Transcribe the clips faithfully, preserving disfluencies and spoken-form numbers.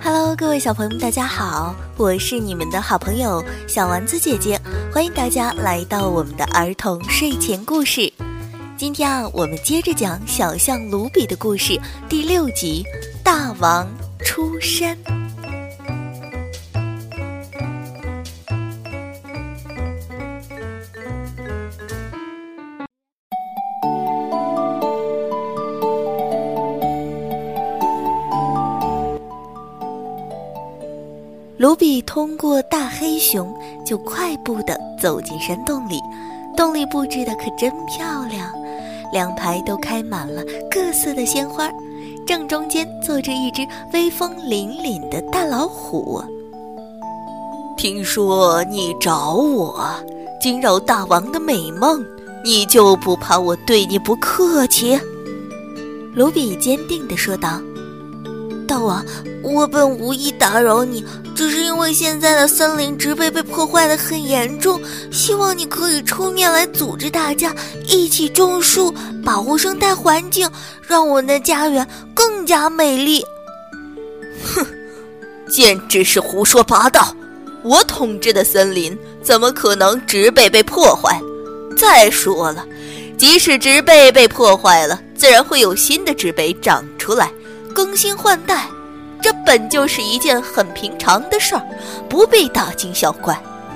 Hello， 各位小朋友们，大家好，我是你们的好朋友小丸子姐姐，欢迎大家来到我们的儿童睡前故事。今天啊，我们接着讲小象卢比的故事第六集《大王出山》。卢比通过大黑熊，就快步地走进山洞里。洞里布置得可真漂亮，两排都开满了各色的鲜花，正中间坐着一只威风凛凛的大老虎。 听说你找我，惊扰大王的美梦，你就不怕我对你不客气？ 卢比坚定地说道。 大王，我本无意打扰你，只是因为现在的森林植被被破坏得很严重，希望你可以出面来组织大家一起种树，保护生态环境，让我们的家园更加美丽。 哼，简直是胡说八道！我统治的森林怎么可能植被被破坏？再说了，即使植被被破坏了，自然会有新的植被长出来，更新换代，这本就是一件很平常的事儿，不必大惊小怪。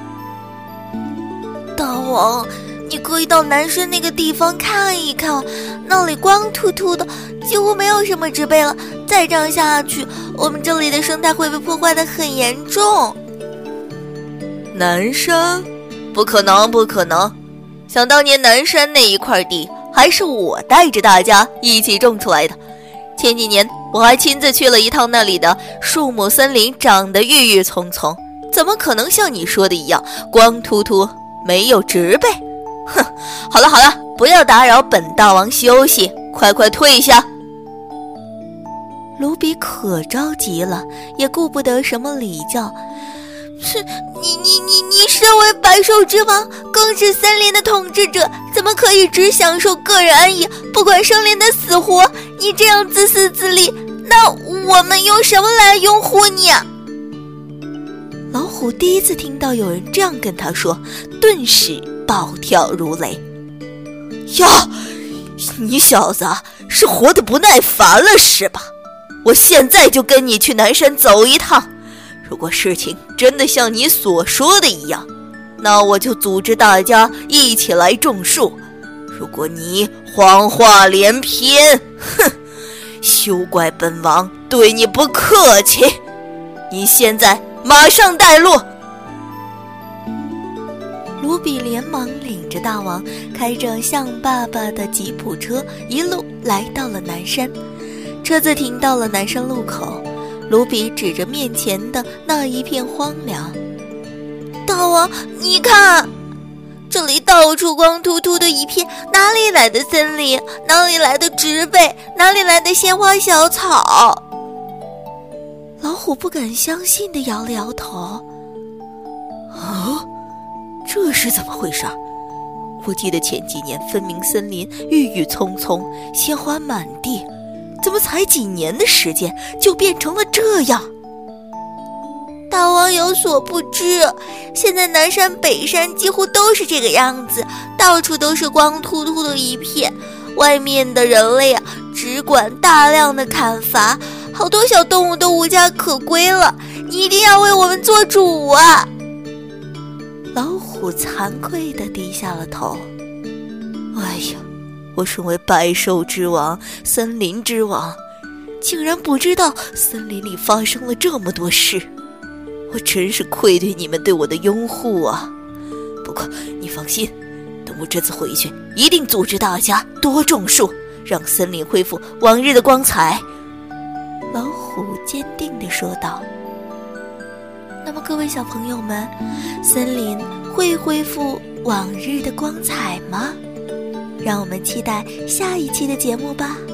大王，你可以到南山那个地方看一看，那里光秃秃的，几乎没有什么植被了。再这样下去，我们这里的生态会被破坏得很严重。 南山？不可能，不可能！想当年南山那一块地，还是我带着大家一起种出来的。前几年我还亲自去了一趟那里的树木森林，长得郁郁葱葱，怎么可能像你说的一样光秃秃没有植被？哼，好了好了，不要打扰本大王休息，快快退下。 卢比可着急了，也顾不得什么礼教。 是你你你你身为百兽之王，更是森林的统治者，怎么可以只享受个人安逸，不管生灵的死活？你这样自私自利，那我们用什么来拥护你啊？ 老虎第一次听到有人这样跟他说，顿时暴跳如雷。 呀，你小子是活得不耐烦了是吧？我现在就跟你去南山走一趟，如果事情真的像你所说的一样，那我就组织大家一起来种树。如果你谎话连篇，哼，休怪本王对你不客气。你现在马上带路。 卢比连忙领着大王，开着象爸爸的吉普车，一路来到了南山。车子停到了南山路口，卢比指着面前的那一片荒凉。 大王，你看，这里到处光秃秃的一片，哪里来的森林？哪里来的植被？哪里来的鲜花小草？ 老虎不敢相信地摇了摇头。 啊，这是怎么回事？我记得前几年分明森林郁郁葱葱，鲜花满地，怎么才几年的时间就变成了这样？ 大王有所不知，现在南山北山几乎都是这个样子，到处都是光秃秃的一片，外面的人类啊，只管大量的砍伐，好多小动物都无家可归了，你一定要为我们做主啊！ 老虎惭愧地低下了头。 哎呀，我身为百兽之王，森林之王，竟然不知道森林里发生了这么多事，我真是愧对你们对我的拥护啊！不过你放心，等我这次回去，一定组织大家多种树，让森林恢复往日的光彩。 老虎坚定地说道。那么各位小朋友们，森林会恢复往日的光彩吗？让我们期待下一期的节目吧。